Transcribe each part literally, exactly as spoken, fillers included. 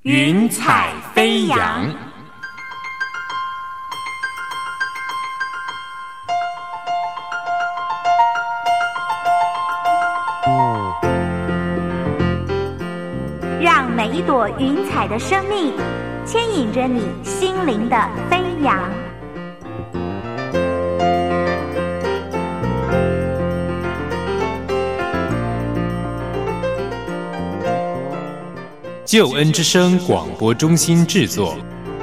云彩飞扬。 让每一朵云彩的生命牵引着你心灵的飞扬。 救恩之声广播中心制作。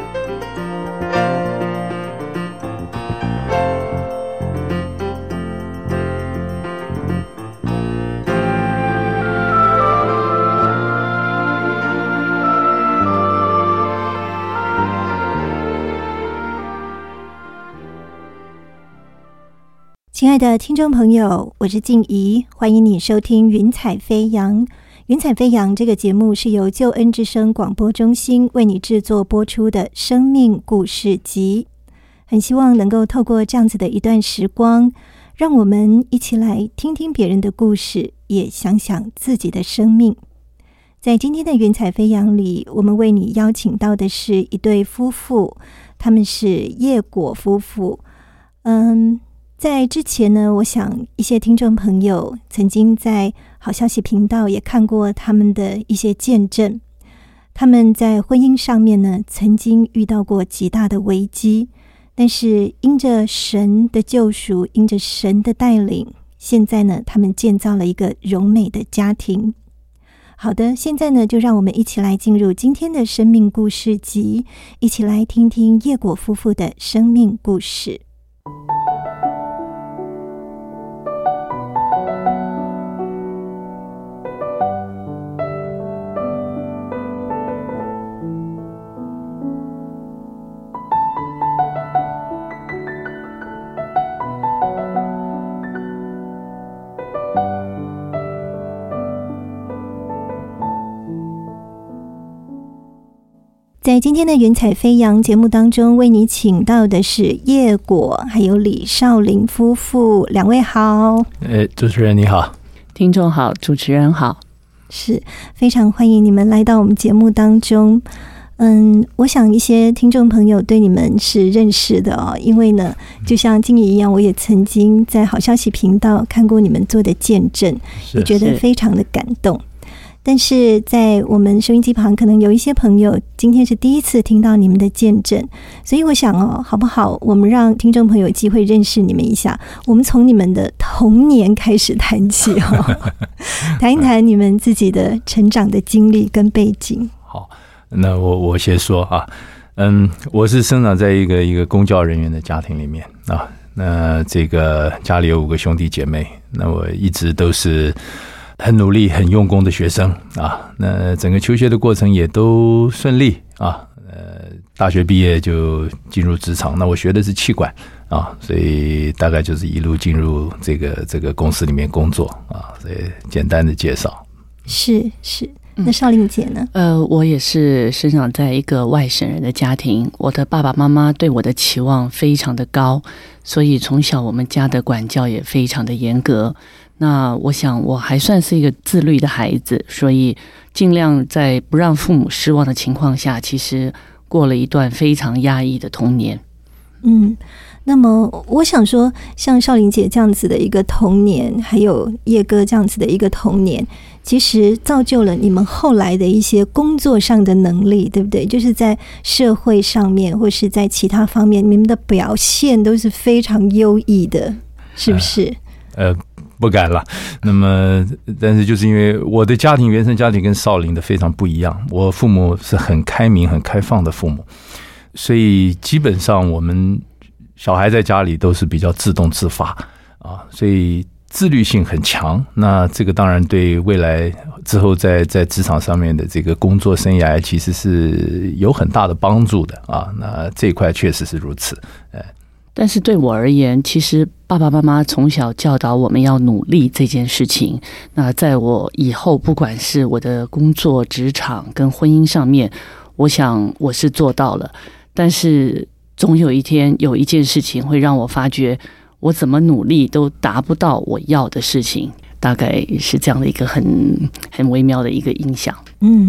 亲爱的听众朋友，我是静怡，欢迎你收听云彩飞扬。云彩飞扬这个节目是由救恩之声广播中心为你制作播出的生命故事集，很希望能够透过这样子的一段时光，让我们一起来听听别人的故事，也想想自己的生命。在今天的云彩飞扬里，我们为你邀请到的是一对夫妇，他们是叶果夫妇。嗯，在之前呢，我想一些听众朋友曾经在好消息频道也看过他们的一些见证。他们在婚姻上面呢，曾经遇到过极大的危机，但是因着神的救赎，因着神的带领，现在呢，他们建造了一个荣美的家庭。好的，现在呢，就让我们一起来进入今天的生命故事集，一起来听听叶果夫妇的生命故事。在今天的云彩飞扬节目当中，为你请到的是叶果还有李少林夫妇，两位好。 呃，主持人你好， 听众好，主持人好， 是非常欢迎你们来到我们节目当中。嗯，我想一些听众朋友对你们是认识的哦，因为呢，就像静怡一样，我也曾经在好消息频道看过你们做的见证，也觉得非常的感动。但是在我们收音机旁，可能有一些朋友今天是第一次听到你们的见证，所以我想哦，好不好，我们让听众朋友有机会认识你们一下。我们从你们的童年开始谈起哦，谈一谈你们自己的成长的经历跟背景。 好，那我我先说啊，嗯，我是生长在一个一个公教人员的家庭里面啊，那这个家里有五个兄弟姐妹，那我一直都是很努力、很用功的学生啊，那整个求学的过程也都顺利啊。呃，大学毕业就进入职场，那我学的是企管啊，所以大概就是一路进入这个这个公司里面工作啊。所以简单的介绍。 是是，那少林姐呢？ 呃，我也是生长在一个外省人的家庭，我的爸爸妈妈对我的期望非常的高，所以从小我们家的管教也非常的严格。那我想我还算是一个自律的孩子，所以尽量在不让父母失望的情况下，其实过了一段非常压抑的童年。 嗯，那么我想说，像少林姐这样子的一个童年，还有叶哥这样子的一个童年，其实造就了你们后来的一些工作上的能力，对不对？就是在社会上面或是在其他方面，你们的表现都是非常优异的，是不是？ 呃。呃不敢了，那么但是就是因为我的家庭原生家庭跟少林的非常不一样，我父母是很开明很开放的父母，所以基本上我们小孩在家里都是比较自动自发啊，所以自律性很强。那这个当然对未来之后在在职场上面的这个工作生涯其实是有很大的帮助的啊。那这一块确实是如此。哎， 但是对我而言，其实爸爸妈妈从小教导我们要努力这件事情，那在我以后不管是我的工作职场跟婚姻上面，我想我是做到了。但是总有一天有一件事情会让我发觉我怎么努力都达不到我要的事情，大概是这样的一个很很微妙的一个影响。 嗯，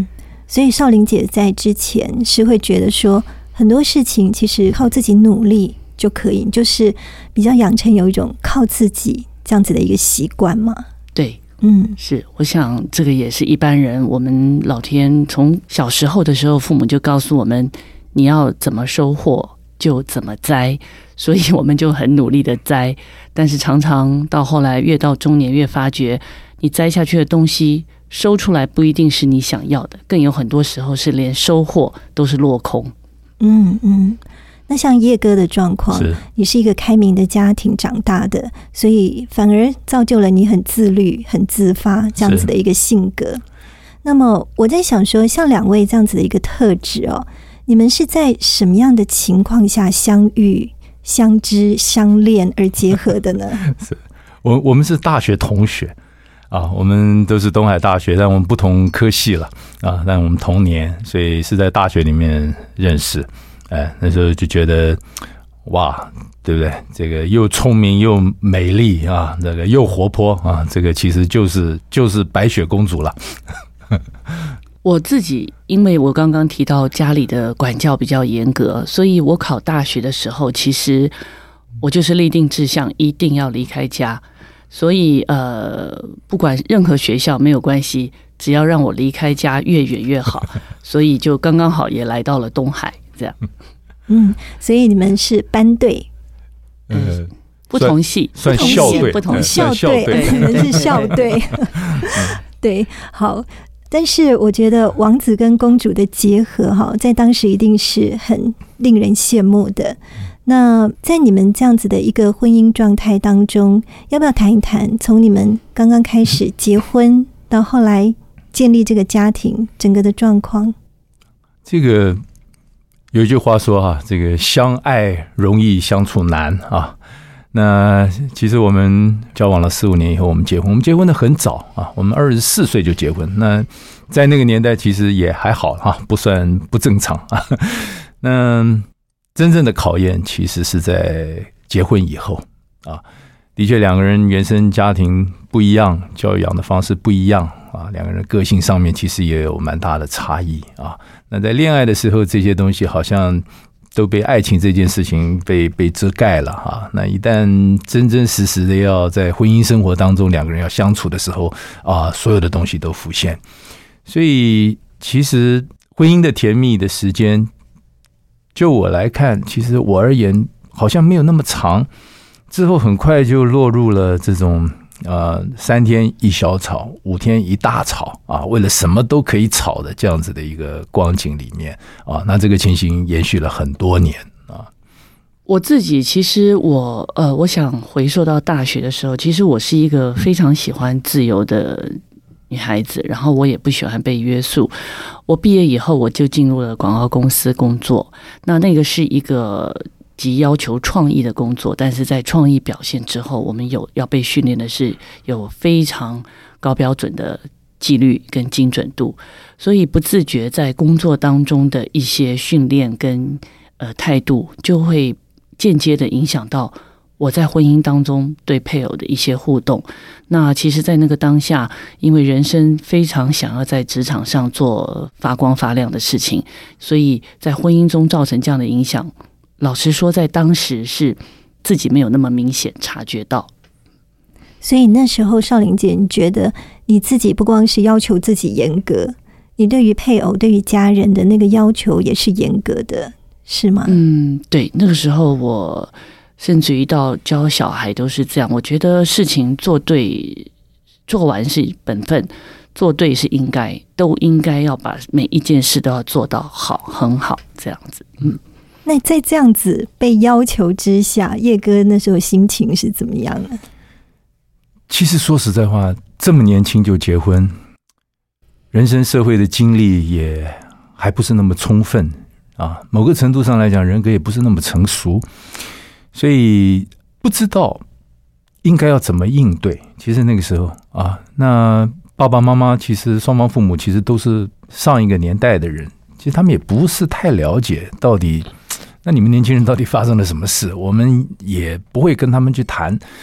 所以少玲姐在之前是会觉得说，很多事情其实靠自己努力就可以，就是比较养成有一种靠自己这样子的一个习惯嘛。 对， 嗯， 是，我想这个也是一般人，我们老天从小时候的时候，父母就告诉我们，你要怎么收获就怎么栽，所以我们就很努力的栽，但是常常到后来越到中年越发觉，你栽下去的东西收出来不一定是你想要的，更有很多时候是连收获都是落空。 嗯嗯。那像叶哥的状况，你是一个开明的家庭长大的，所以反而造就了你很自律、很自发这样子的一个性格。那么我在想说，像两位这样子的一个特质哦，你们是在什么样的情况下相遇、相知、相恋而结合的呢？ 是我我们是大学同学啊，我们都是东海大学，但我们不同科系了啊，但我们同年，所以是在大学里面认识。哎，那时候就觉得，哇，对不对？这个又聪明又美丽啊，这个又活泼啊，这个其实就是就是白雪公主了。 我自己，因为我刚刚提到家里的管教比较严格，所以我考大学的时候，其实我就是立定志向，一定要离开家。所以呃，不管任何学校没有关系，只要让我离开家越远越好。所以就刚刚好也来到了东海。这样， 嗯，所以你们是班队， 嗯，不同系， 算校队， 不同校队，你们是校队，对，好。但是我觉得王子跟公主的结合哈，在当时一定是很令人羡慕的。那在你们这样子的一个婚姻状态当中，要不要谈一谈从你们刚刚开始结婚到后来建立这个家庭整个的状况？ 这个。有一句话说啊，这个相爱容易相处难啊。那其实我们交往了四五年以后，我们结婚，我们结婚的很早啊，我们二十四岁就结婚。那在那个年代其实也还好啊，不算不正常啊。那真正的考验其实是在结婚以后啊。的确，两个人原生家庭不一样，教育养的方式不一样啊，两个人个性上面其实也有蛮大的差异啊。那在恋爱的时候，这些东西好像都被爱情这件事情被被遮盖了哈。那一旦真真实实的要在婚姻生活当中两个人要相处的时候啊，所有的东西都浮现。所以其实婚姻的甜蜜的时间，就我来看，其实我而言好像没有那么长，之后很快就落入了这种呃，三天一小吵，五天一大吵啊，为了什么都可以吵的这样子的一个光景里面啊，那这个情形延续了很多年啊。 我自己其实我呃，我想回溯到大学的时候，其实我是一个非常喜欢自由的女孩子，然后我也不喜欢被约束。我毕业以后，我就进入了广告公司工作，那那个是一个及要求创意的工作，但是在创意表现之后，我们有要被训练的是有非常高标准的纪律跟精准度，所以不自觉在工作当中的一些训练跟呃态度，就会间接的影响到我在婚姻当中对配偶的一些互动。那其实在那个当下，因为人生非常想要在职场上做发光发亮的事情，所以在婚姻中造成这样的影响，老实说在当时是自己没有那么明显察觉到。 所以那时候少玲姐，你觉得你自己不光是要求自己严格，你对于配偶对于家人的那个要求也是严格的，是吗？ 嗯，对，那个时候我甚至于到教小孩都是这样，我觉得事情做对做完是本分，做对是应该，都应该要把每一件事都要做到好，很好，这样子。嗯， 那在这样子被要求之下，叶哥那时候心情是怎么样呢？ 其实说实在话，这么年轻就结婚，人生社会的经历也还不是那么充分啊，某个程度上来讲，人格也不是那么成熟，所以不知道应该要怎么应对。其实那个时候啊，那爸爸妈妈其实双方父母其实都是上一个年代的人，其实他们也不是太了解到底那你们年轻人到底发生了什么事，我们也不会跟他们去谈。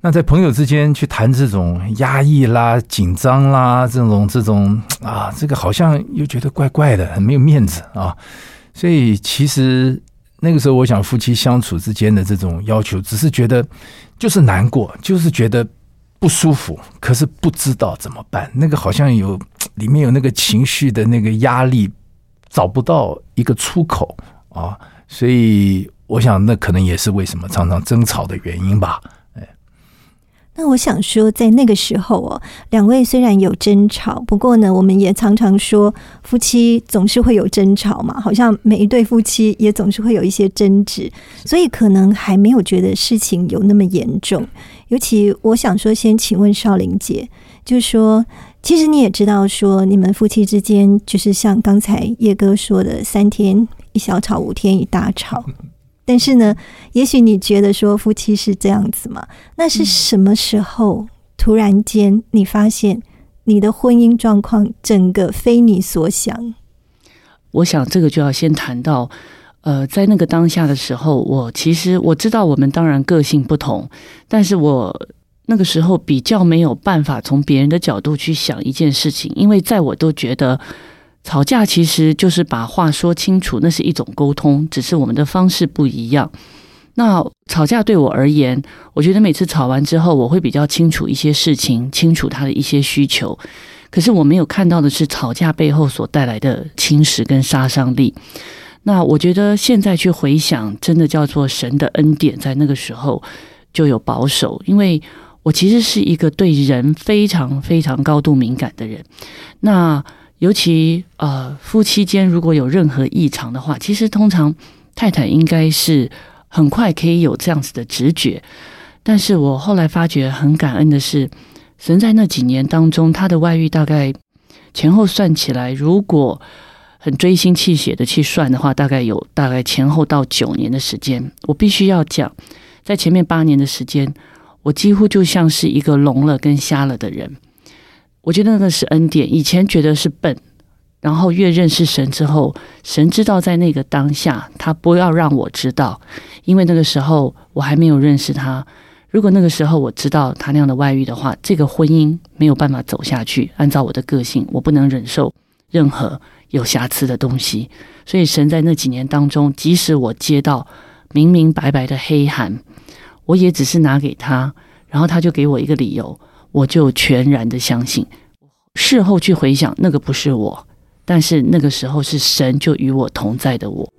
那在朋友之间去谈这种压抑啦、紧张啦，这种这种啊，这个好像又觉得怪怪的，很没有面子啊。所以其实那个时候，我想夫妻相处之间的这种要求，只是觉得就是难过，就是觉得不舒服，可是不知道怎么办。那个好像有里面有那个情绪的那个压力，找不到一个出口啊。所以我想，那可能也是为什么常常争吵的原因吧。 那我想说，在那个时候哦，两位虽然有争吵，不过呢，我们也常常说夫妻总是会有争吵嘛，好像每一对夫妻也总是会有一些争执，所以可能还没有觉得事情有那么严重。尤其我想说，先请问少玲姐，就是说，其实你也知道说，你们夫妻之间就是像刚才叶哥说的，三天一小吵，五天一大吵。但是呢，也许你觉得说夫妻是这样子嘛？那是什么时候突然间你发现你的婚姻状况整个非你所想？ 我想这个就要先谈到，呃，在那个当下的时候，我其实我知道我们当然个性不同，但是我那个时候比较没有办法从别人的角度去想一件事情，因为在我都觉得吵架其实就是把话说清楚，那是一种沟通，只是我们的方式不一样。那吵架对我而言，我觉得每次吵完之后，我会比较清楚一些事情，清楚他的一些需求。可是我没有看到的是吵架背后所带来的侵蚀跟杀伤力。那我觉得现在去回想，真的叫做神的恩典，在那个时候就有保守，因为我其实是一个对人非常非常高度敏感的人。那尤其呃，夫妻间如果有任何异常的话，其实通常太太应该是很快可以有这样子的直觉。但是我后来发觉很感恩的是，神在那几年当中，他的外遇大概前后算起来，如果很锥心泣血的去算的话，大概有大概前后到九年的时间。我必须要讲，在前面八年的时间，我几乎就像是一个聋了跟瞎了的人。我觉得那个是恩典，以前觉得是笨，然后越认识神之后，神知道在那个当下他不要让我知道，因为那个时候我还没有认识他。如果那个时候我知道他那样的外遇的话，这个婚姻没有办法走下去。按照我的个性，我不能忍受任何有瑕疵的东西，所以神在那几年当中，即使我接到明明白白的黑函，我也只是拿给他，然后他就给我一个理由，我就全然的相信。事后去回想，那个不是我，但是那个时候是神就与我同在的我。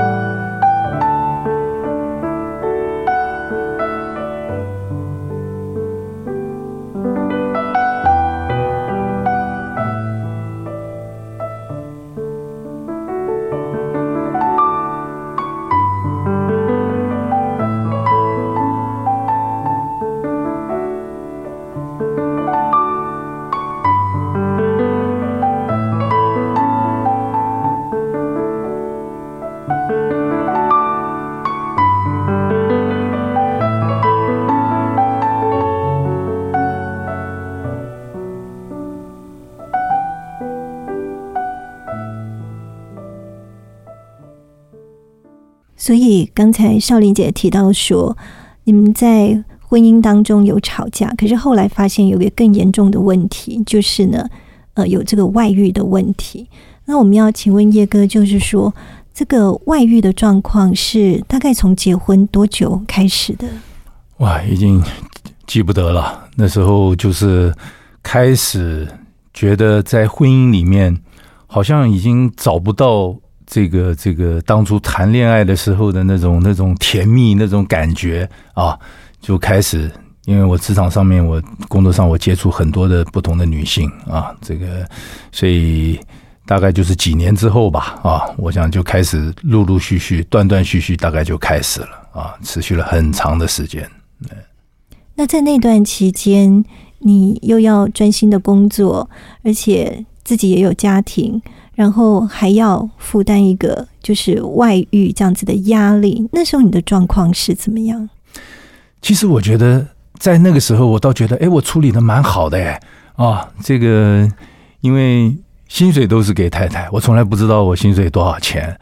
所以刚才少玲姐提到说，你们在婚姻当中有吵架，可是后来发现有一个更严重的问题，就是呢，呃，有这个外遇的问题。那我们要请问叶哥，就是说这个外遇的状况是大概从结婚多久开始的？ 哇，已经记不得了。那时候就是开始觉得在婚姻里面好像已经找不到这个这个当初谈恋爱的时候的那种那种甜蜜那种感觉啊，就开始，因为我职场上面，我工作上我接触很多的不同的女性啊，这个所以大概就是几年之后吧啊，我想就开始陆陆续续断断续续大概就开始了啊，持续了很长的时间。 那在那段期间，你又要专心的工作，而且自己也有家庭，然后还要负担一个就是外遇这样子的压力，那时候你的状况是怎么样？ 其实我觉得在那个时候我倒觉得诶我处理的蛮好的诶啊，这个因为薪水都是给太太，我从来不知道我薪水多少钱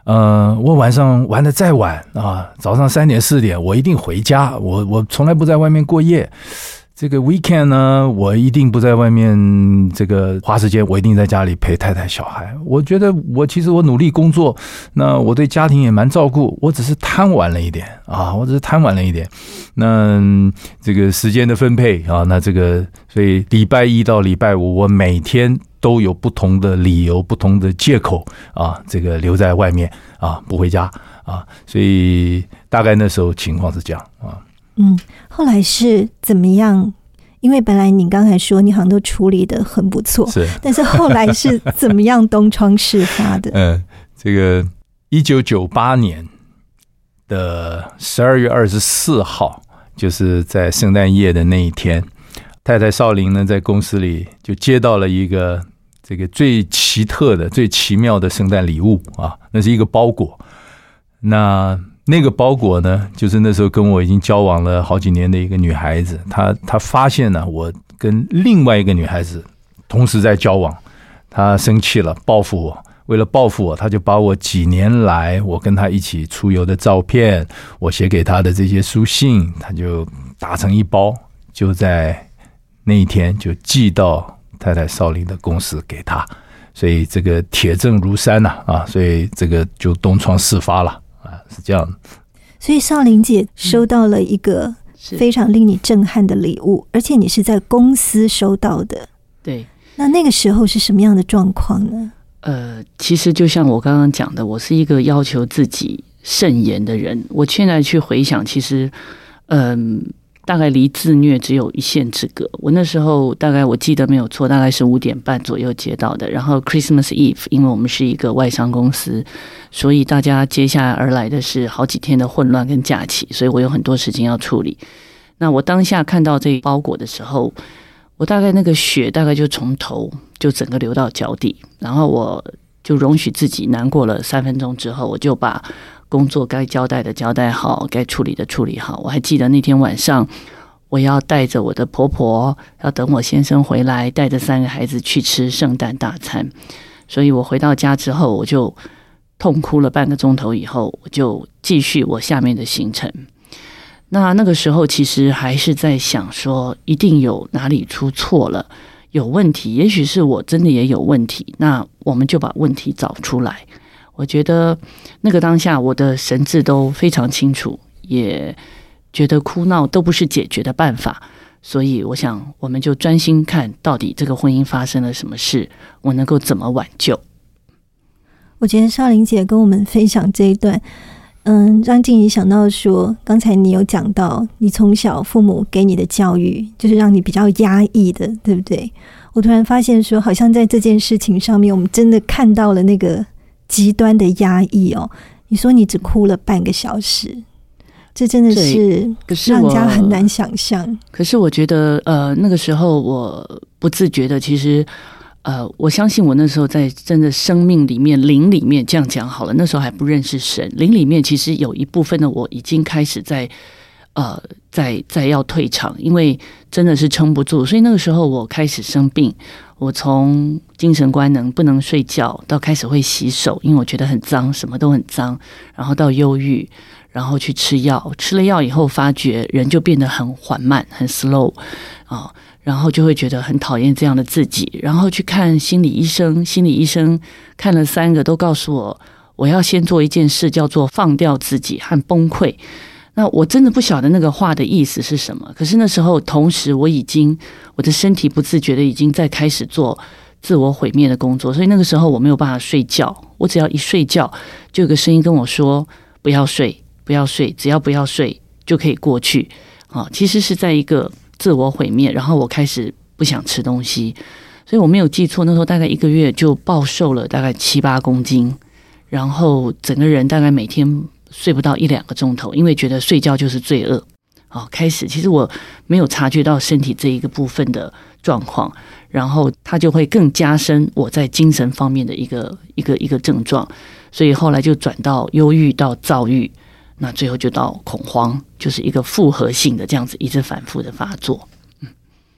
呃，我晚上玩的再晚啊，早上三点四点我一定回家，我我从来不在外面过夜。这个 weekend 呢，我一定不在外面这个花时间，我一定在家里陪太太小孩。我觉得我其实我努力工作，那我对家庭也蛮照顾，我只是贪玩了一点啊，我只是贪玩了一点。那这个时间的分配啊，那这个所以礼拜一到礼拜五，我每天都有不同的理由、不同的借口啊，这个留在外面啊，不回家啊，所以大概那时候情况是这样啊。 嗯，后来是怎么样？因为本来你刚才说你好像都处理得很不错， 是， 但是后来是怎么样东窗事发的？ 嗯，这个一九九八年的十二月二十四号，就是在圣诞夜的那一天，太太少玲呢在公司里就接到了一个这个最奇特的、最奇妙的圣诞礼物啊，那是一个包裹。那那个包裹呢，就是那时候跟我已经交往了好几年的一个女孩子，她她发现呢，我跟另外一个女孩子同时在交往，她生气了，报复我。为了报复我，她就把我几年来我跟她一起出游的照片，我写给她的这些书信，她就打成一包，就在那一天就寄到太太少玲的公司给她。所以这个铁证如山呐 啊, 啊，所以这个就东窗事发了。是这样， 所以少玲姐收到了一个非常令你震撼的礼物，而且你是在公司收到的。 对， 那那个时候是什么样的状况呢？ 呃，其实就像我刚刚讲的，我是一个要求自己慎言的人。我现在去回想，其实，嗯、呃，大概离自虐只有一线之隔。我那时候大概我记得没有错，大概是五点半左右接到的。然后 Christmas Eve， 因为我们是一个外商公司，所以大家接下来而来的是好几天的混乱跟假期，所以我有很多时间要处理。那我当下看到这包裹的时候，我大概那个血大概就从头就整个流到脚底，然后我就容许自己难过了三分钟之后，我就把工作该交代的交代好，该处理的处理好。我还记得那天晚上，我要带着我的婆婆，要等我先生回来，带着三个孩子去吃圣诞大餐。所以我回到家之后，我就痛哭了半个钟头以后，我就继续我下面的行程。那那个时候其实还是在想说，一定有哪里出错了，有问题，也许是我真的也有问题，那我们就把问题找出来。我觉得那个当下我的神志都非常清楚，也觉得哭闹都不是解决的办法，所以我想我们就专心看到底这个婚姻发生了什么事，我能够怎么挽救。 我觉得少玲姐跟我们分享这一段，嗯，让静怡想到说，刚才你有讲到你从小父母给你的教育就是让你比较压抑的，对不对？我突然发现说，好像在这件事情上面我们真的看到了那个极端的压抑哦。你说你只哭了半个小时，这真的是让人家很难想象。 可是我觉得呃，那个时候我不自觉的，其实呃，我相信我那时候在真的生命里面，灵里面，这样讲好了，那时候还不认识神，灵里面其实有一部分的我已经开始在呃，在在要退场，因为真的是撑不住，所以那个时候我开始生病，我从精神官能不能睡觉，到开始会洗手，因为我觉得很脏，什么都很脏，然后到忧郁，然后去吃药，吃了药以后发觉人就变得很缓慢，很 slow 啊、哦，然后就会觉得很讨厌这样的自己，然后去看心理医生，心理医生看了三个都告诉我，我要先做一件事，叫做放掉自己和崩溃。那我真的不晓得那个话的意思是什么，可是那时候同时我已经我的身体不自觉的已经在开始做自我毁灭的工作，所以那个时候我没有办法睡觉，我只要一睡觉就有个声音跟我说不要睡不要睡，只要不要睡就可以过去、哦、其实是在一个自我毁灭，然后我开始不想吃东西，所以我没有记错，那时候大概一个月就暴瘦了大概七八公斤，然后整个人大概每天睡不到一两个钟头，因为觉得睡觉就是罪恶、哦、开始其实我没有察觉到身体这一个部分的状况，然后它就会更加深我在精神方面的一个一个一个症状，所以后来就转到忧郁到躁郁，那最后就到恐慌，就是一个复合性的这样子一直反复的发作。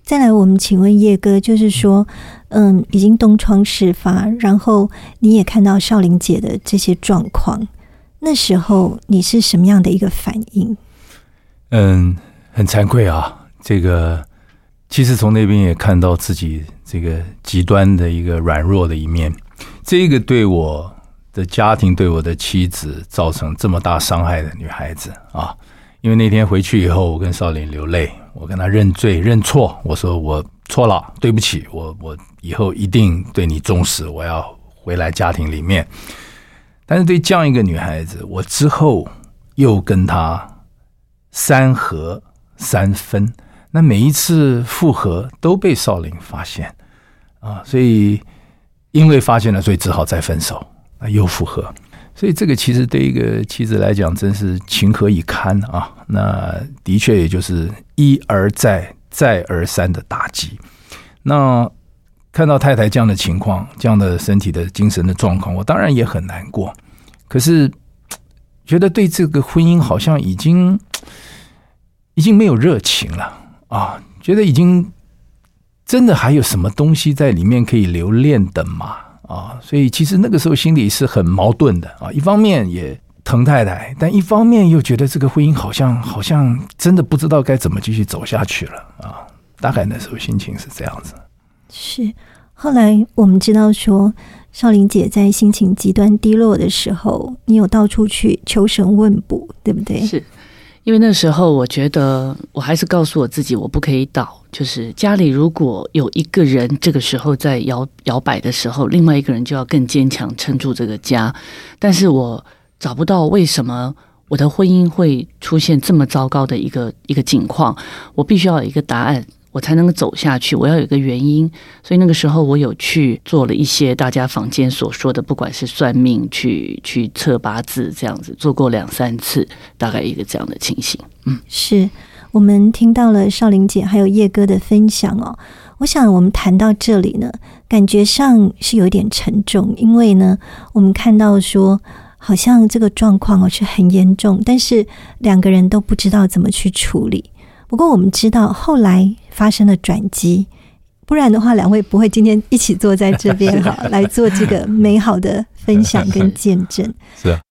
再来我们请问叶哥，就是说嗯，已经东窗事发，然后你也看到少玲姐的这些状况，那时候你是什么样的一个反应？ 嗯，很惭愧啊，这个其实从那边也看到自己这个极端的一个软弱的一面，这个对我的家庭对我的妻子造成这么大伤害的女孩子啊，因为那天回去以后我跟少玲流泪，我跟她认罪认错，我说我错了，对不起，我我以后一定对你忠实，我要回来家庭里面。但是对这样一个女孩子，我之后又跟她三合三分，那每一次复合都被少玲发现啊，所以因为发现了，所以只好再分手，又复合。所以这个其实对一个妻子来讲真是情何以堪啊！那的确也就是一而再再而三的打击。那看到太太这样的情况，这样的身体的精神的状况，我当然也很难过，可是觉得对这个婚姻好像已经已经没有热情了啊，觉得已经真的还有什么东西在里面可以留恋的嘛啊，所以其实那个时候心里是很矛盾的啊，一方面也疼太太，但一方面又觉得这个婚姻好像好像真的不知道该怎么继续走下去了啊，大概那时候心情是这样子。 是，后来我们知道说少玲姐在心情极端低落的时候，你有到处去求神问卜，对不对？ 是，因为那时候我觉得我还是告诉我自己我不可以倒，就是家里如果有一个人这个时候在摇摇摆的时候，另外一个人就要更坚强撑住这个家。但是我找不到为什么我的婚姻会出现这么糟糕的一个一个境况，我必须要有一个答案，我才能走下去，我要有一个原因。所以那个时候我有去做了一些大家坊间所说的，不管是算命去去测八字这样子，做过两三次，大概一个这样的情形。嗯， 是我们听到了少玲姐还有叶哥的分享哦。我想我们谈到这里呢，感觉上是有点沉重，因为呢我们看到说好像这个状况是很严重，但是两个人都不知道怎么去处理。不过我们知道后来发生了转机，不然的话两位不会今天一起坐在这边好来做这个美好的分享跟见证。 是啊，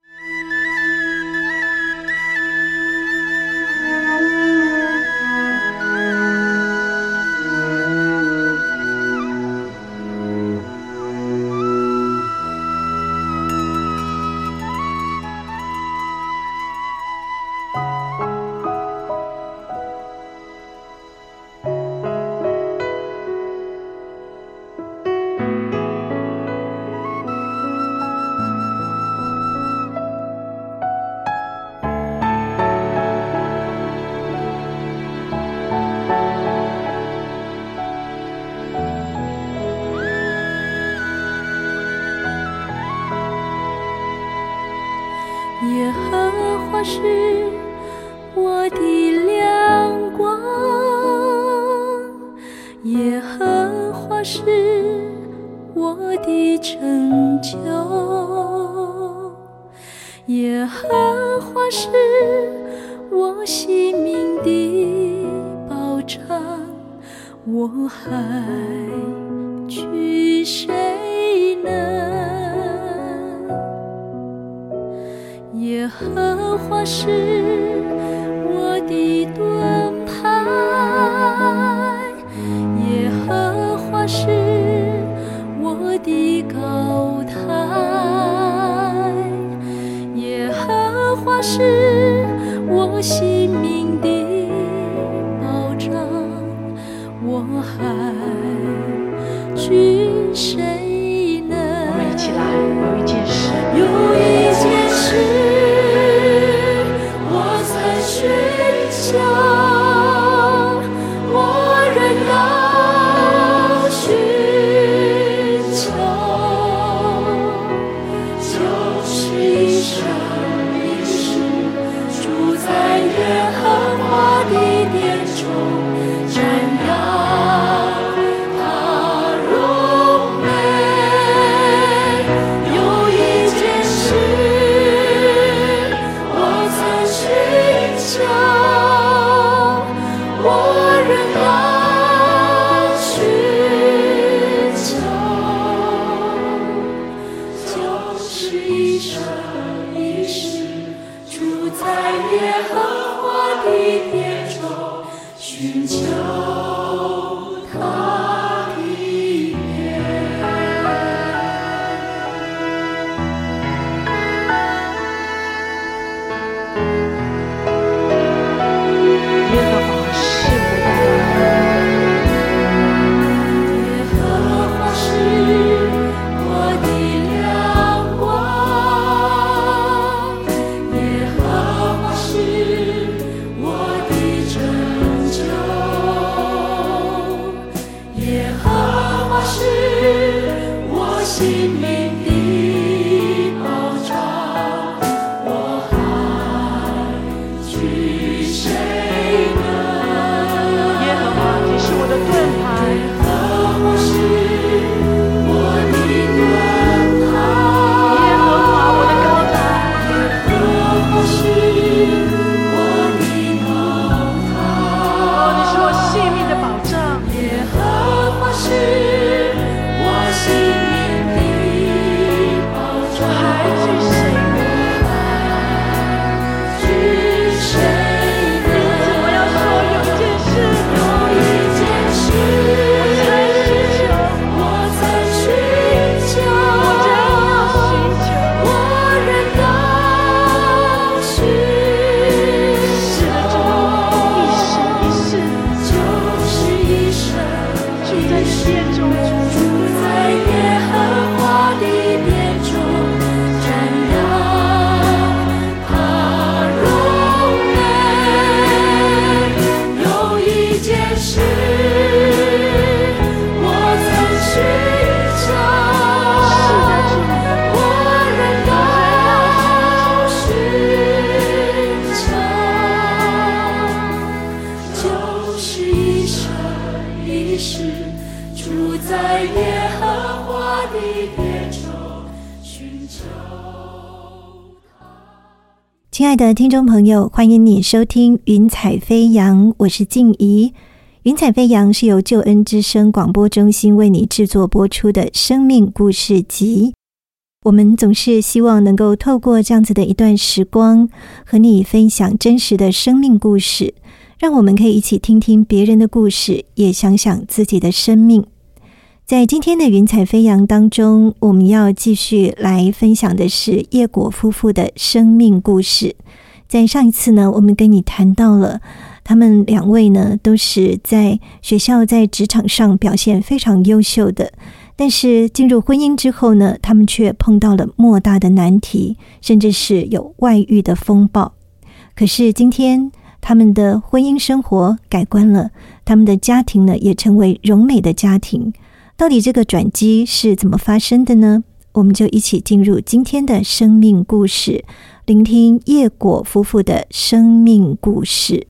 耶和华是我的亮光，耶和华是我的拯救，耶和华是我性命的保障，我还惧谁呢？耶和华是我的盾牌，耶和华是我的高台，耶和华是我性命的保障，我还惧谁呢？我们一起来，有一件事，有一件事。寻求，我仍要寻求，就是一生一世住在耶和一生一世，住在耶和华的殿中，寻求他的面。耶和华是我的光，耶和华是我的亮光，耶和华是我的拯救，耶和华是我性命的保障，我还惧谁呢？耶和华你是我的盾牌，耶和华是我的盾牌，耶和华我的高台，耶和华是我的高台。哦，你是我性命的保障，耶和华是我性命的保障。我还惧谁呢？我还惧谁呢？因此我要说有一件事，有一件事，我在寻求，我在寻求，我仍要寻求，我仍要寻求，一生一世，就是一生住在殿中，住在耶和华的殿中，瞻仰他荣美。有一件事，我曾寻求，我仍要寻求，就是一生一世，住在耶和华的殿中，寻求他。 亲爱的听众朋友，欢迎你收听云彩飞扬，我是静怡。云彩飞扬是由救恩之声广播中心为你制作播出的生命故事集。我们总是希望能够透过这样子的一段时光，和你分享真实的生命故事，让我们可以一起听听别人的故事，也想想自己的生命。在今天的云彩飞扬当中，我们要继续来分享的是叶果夫妇的生命故事。在上一次呢，我们跟你谈到了他们两位呢都是在学校在职场上表现非常优秀的，但是进入婚姻之后呢，他们却碰到了莫大的难题，甚至是有外遇的风暴。可是今天他们的婚姻生活改观了，他们的家庭呢也成为荣美的家庭。到底这个转机是怎么发生的呢？我们就一起进入今天的生命故事，聆听叶果夫妇的生命故事。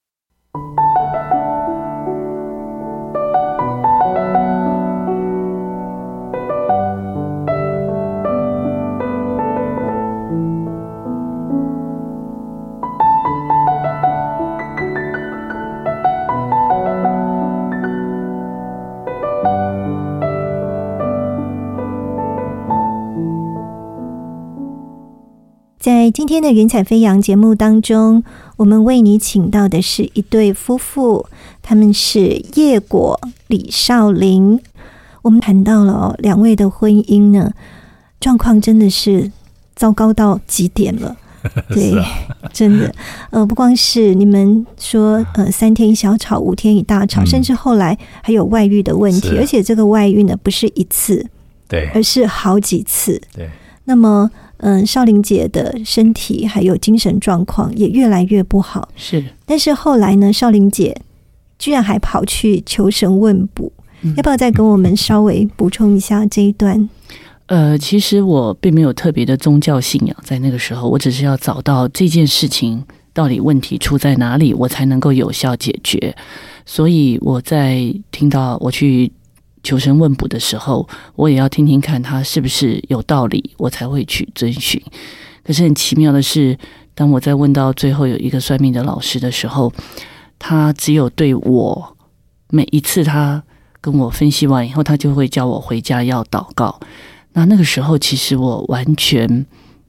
在今天的云彩飞扬节目当中，我们为你请到的是一对夫妇，他们是叶果、李少麟。我们谈到了、哦、两位的婚姻呢，状况真的是糟糕到极点了。对，啊、真的，呃，不光是你们说，呃，三天一小吵，五天一大吵，嗯、甚至后来还有外遇的问题，而且这个外遇呢，不是一次， 对， 而是好几次。 对， 那么。嗯，少麟姐的身体还有精神状况也越来越不好。 是， 但是后来呢，少麟姐居然还跑去求神问卜、嗯，要不要再跟我们稍微补充一下这一段？ 呃，其实我并没有特别的宗教信仰，在那个时候，我只是要找到这件事情到底问题出在哪里，我才能够有效解决。所以我在听到我去求神问卜的时候，我也要听听看他是不是有道理，我才会去遵循。可是很奇妙的是，当我在问到最后有一个算命的老师的时候，他只有对我每一次他跟我分析完以后，他就会叫我回家要祷告。那那个时候其实我完全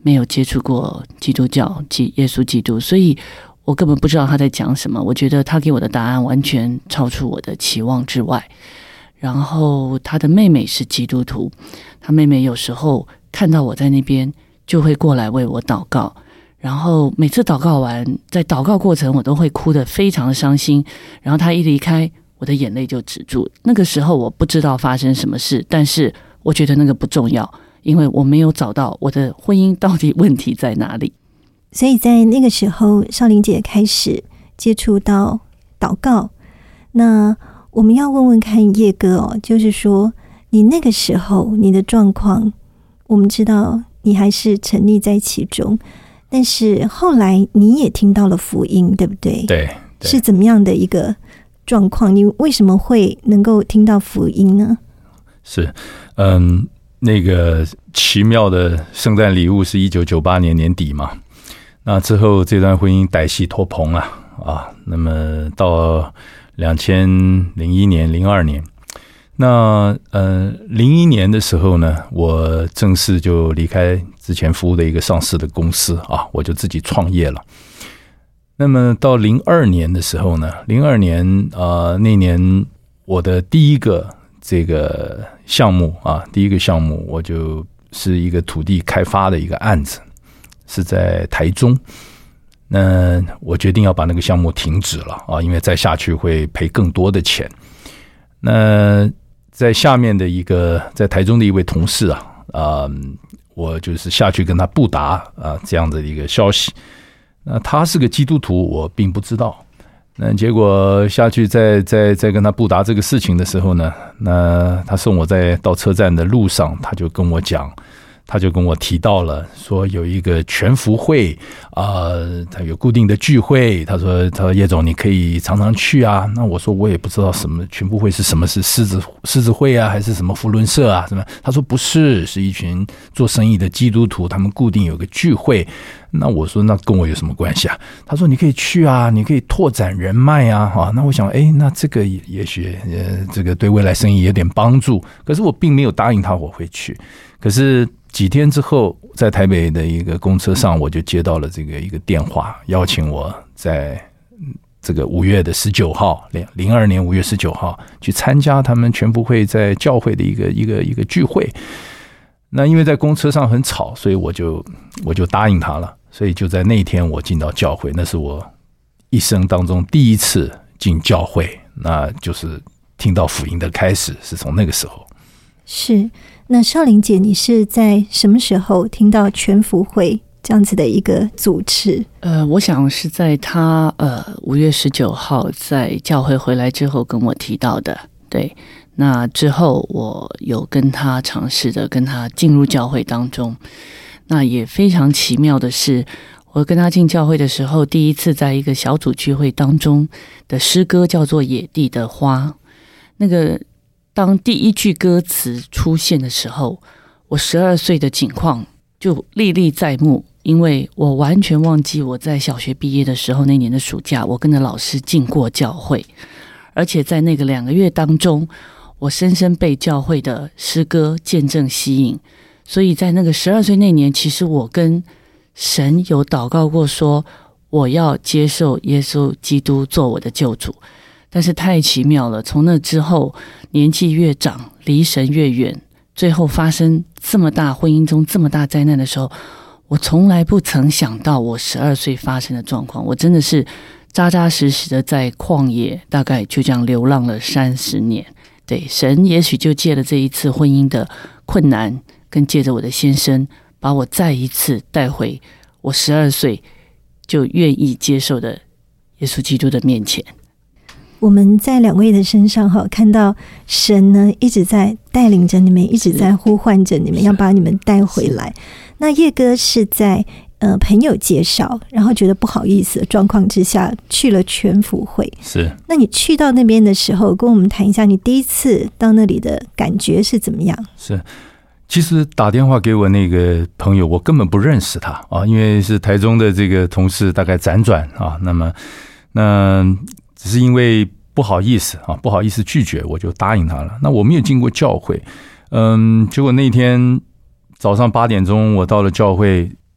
没有接触过基督教及耶稣基督，所以我根本不知道他在讲什么。我觉得他给我的答案完全超出我的期望之外。然后他的妹妹是基督徒，他妹妹有时候看到我在那边就会过来为我祷告，然后每次祷告完，在祷告过程我都会哭得非常的伤心，然后他一离开，我的眼泪就止住。那个时候我不知道发生什么事，但是我觉得那个不重要，因为我没有找到我的婚姻到底问题在哪里。 所以在那个时候，少玲姐开始接触到祷告。那我们要问问看叶哥哦，就是说你那个时候你的状况，我们知道你还是沉溺在其中，但是后来你也听到了福音，对不对？ 对，对， 是怎么样的一个状况？你为什么会能够听到福音呢？ 是，嗯，那个奇妙的圣诞礼物是一九九八年年底嘛，那之后这段婚姻歹戏拖棚啊啊，那么到两千零一年、零二年，那呃零一年的时候呢，我正式就离开之前服务的一个上市的公司啊，我就自己创业了。那么到零二年的时候呢，零二年呃那年我的第一个这个项目啊，第一个项目我就是一个土地开发的一个案子，是在台中。那我决定要把那个项目停止了啊，因为再下去会赔更多的钱。那在下面的一个在台中的一位同事啊，呃、我就是下去跟他布达啊这样的一个消息。那他是个基督徒，我并不知道。那结果下去再再再跟他布达这个事情的时候呢，那他送我在到车站的路上，他就跟我讲。他就跟我提到了说有一个全福会啊、呃，他有固定的聚会。他说：“他说叶总，你可以常常去啊。”那我说我也不知道什么全福会是什么，是狮子狮子会啊，还是什么福伦社啊什么？他说不是，是一群做生意的基督徒，他们固定有个聚会。那我说那跟我有什么关系啊？他说你可以去啊，你可以拓展人脉啊。哈，那我想，哎，那这个也许呃，这个对未来生意有点帮助。可是我并没有答应他我会去。可是几天之后，在台北的一个公车上，我就接到了这个一个电话，邀请我在这个五月的十九号，零二年五月十九号去参加他们全福会在教会的一个一个一个聚会。那因为在公车上很吵，所以我就我就答应他了。所以就在那一天，我进到教会，那是我一生当中第一次进教会，那就是听到福音的开始，是从那个时候。 是。那少玲姐，你是在什么时候听到全福会这样子的一个组织？ 呃，我想是在他呃五月十九号在教会回来之后跟我提到的。对，那之后我有跟他尝试的跟他进入教会当中。那也非常奇妙的是，我跟他进教会的时候，第一次在一个小组聚会当中的诗歌叫做《野地的花》。那个当第一句歌词出现的时候，我十二岁的景况就历历在目，因为我完全忘记我在小学毕业的时候，那年的暑假，我跟着老师进过教会，而且在那个两个月当中，我深深被教会的诗歌见证吸引。所以在那个十二岁那年，其实我跟神有祷告过说，我要接受耶稣基督做我的救主。但是太奇妙了，从那之后年纪越长，离神越远，最后发生这么大婚姻中这么大灾难的时候，我从来不曾想到我十二岁发生的状况。我真的是扎扎实实的在旷野，大概就这样流浪了三十年。对，神也许就借了这一次婚姻的困难，跟借着我的先生，把我再一次带回我十二岁就愿意接受的耶稣基督的面前。 我们在两位的身上哈，看到神呢一直在带领着你们，一直在呼唤着你们，要把你们带回来。那叶哥是在呃朋友介绍，然后觉得不好意思的状况之下去了全福会。 是。 那你去到那边的时候，跟我们谈一下你第一次到那里的感觉是怎么样？ 是。其实打电话给我那个朋友，我根本不认识他啊，因为是台中的这个同事，大概辗转啊，那么那。只是因为不好意思啊，不好意思拒绝，我就答应他了。那我没有进过教会，嗯，结果那天早上八点钟我到了教会，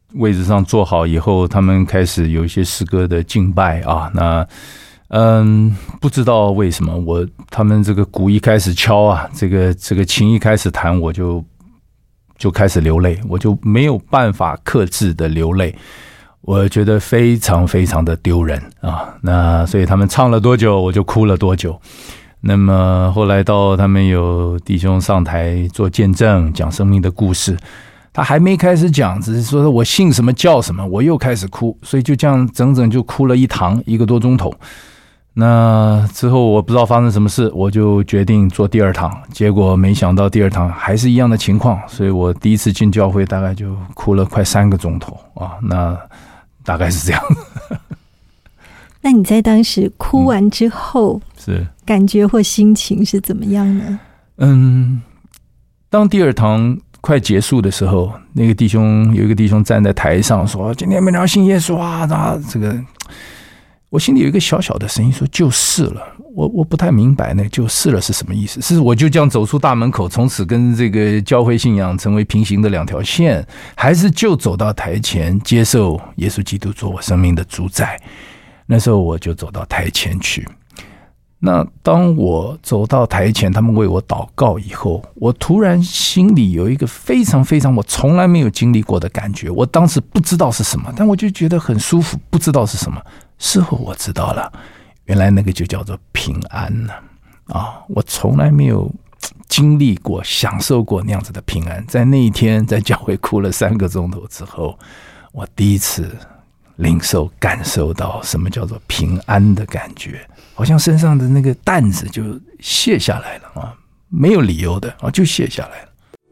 位置上坐好以后，他们开始有一些诗歌的敬拜啊，那嗯，不知道为什么我他们这个鼓一开始敲啊，这个这个琴一开始弹，我就就开始流泪，我就没有办法克制的流泪，我觉得非常非常的丢人啊。那所以他们唱了多久，我就哭了多久。那么后来到他们有弟兄上台做见证，讲生命的故事。他还没开始讲，只是说我信什么叫什么，我又开始哭，所以就这样整整就哭了一堂一个多钟头。那之后我不知道发生什么事，我就决定做第二堂，结果没想到第二堂还是一样的情况，所以我第一次进教会大概就哭了快三个钟头啊，那大概是这样。 那你在当时哭完之后，嗯、是感觉或心情是怎么样呢？嗯， 当第二堂快结束的时候，那个弟兄有一个弟兄站在台上说：“今天我们要信耶稣啊！”啊，这个我心里有一个小小的声音说：“就是了。”我我不太明白那“就是了”是什么意思？是我就这样走出大门口，从此跟这个教会信仰成为平行的两条线，还是就走到台前接受耶稣基督做我生命的主宰？那时候我就走到台前去。那当我走到台前，他们为我祷告以后，我突然心里有一个非常非常我从来没有经历过的感觉，我当时不知道是什么，但我就觉得很舒服，不知道是什么。事后我知道了，原来那个就叫做平安了啊！我从来没有经历过享受过那样子的平安。在那一天在教会哭了三个钟头之后，我第一次领受感受到什么叫做平安的感觉，好像身上的那个担子就卸下来了啊，没有理由的啊，就卸下来了。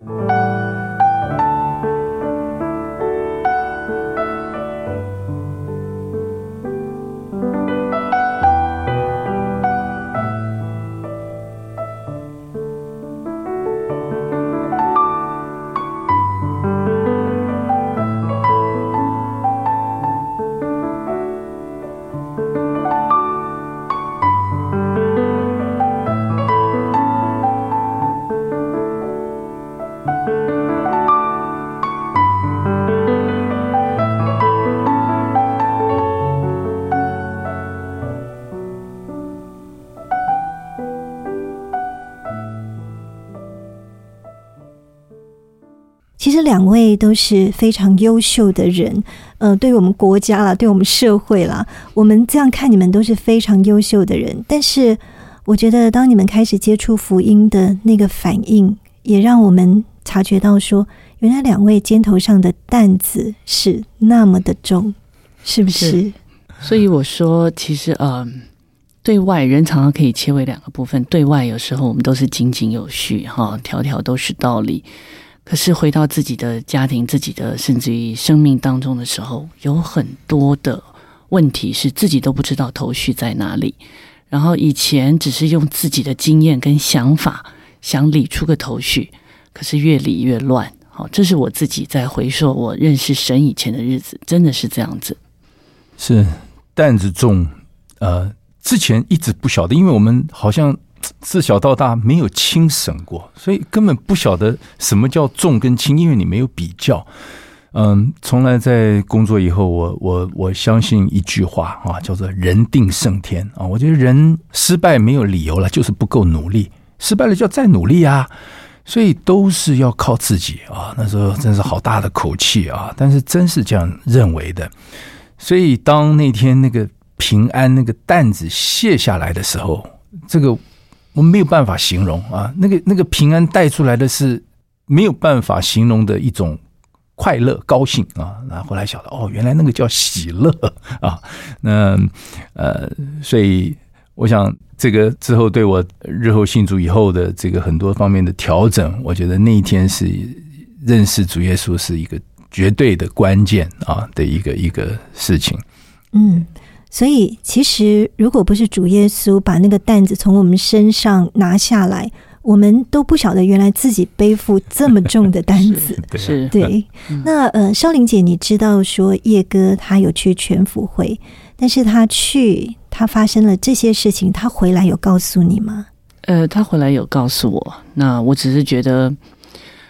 其实两位都是非常优秀的人，呃，对我们国家啦，对我们社会啦，我们这样看你们都是非常优秀的人。但是我觉得当你们开始接触福音的那个反应，也让我们察觉到说，原来两位肩头上的担子是那么的重，是不是？是。 所以我说其实呃，对外人常常可以切为两个部分，对外有时候我们都是井井有序哈，条条都是道理。可是回到自己的家庭，自己的甚至于生命当中的时候，有很多的问题是自己都不知道头绪在哪里，然后以前只是用自己的经验跟想法想理出个头绪，可是越理越乱。好，这是我自己在回溯我认识神以前的日子，真的是这样子。 是担子重，呃，之前一直不晓得，因为我们好像自小到大没有轻省过，所以根本不晓得什么叫重跟轻，因为你没有比较。嗯，从来在工作以后，我我我相信一句话啊，叫做人定胜天啊。我觉得人失败没有理由了，就是不够努力，失败了就要再努力啊。所以都是要靠自己啊。那时候真是好大的口气啊，但是真是这样认为的。所以当那天那个平安那个担子卸下来的时候，这个我们没有办法形容啊，那个那个平安带出来的是没有办法形容的一种快乐高兴啊。那后来晓得哦，原来那个叫喜乐啊。那呃，所以我想这个之后对我日后信主以后的这个很多方面的调整，我觉得那一天是认识主耶稣是一个绝对的关键啊的一个一个事情。 嗯。所以其实如果不是主耶稣把那个担子从我们身上拿下来，我们都不晓得原来自己背负这么重的担子。 是， 对。嗯、那呃，少玲姐，你知道说叶哥他有去全福会，但是他去他发生了这些事情，他回来有告诉你吗？ 呃，他回来有告诉我，那我只是觉得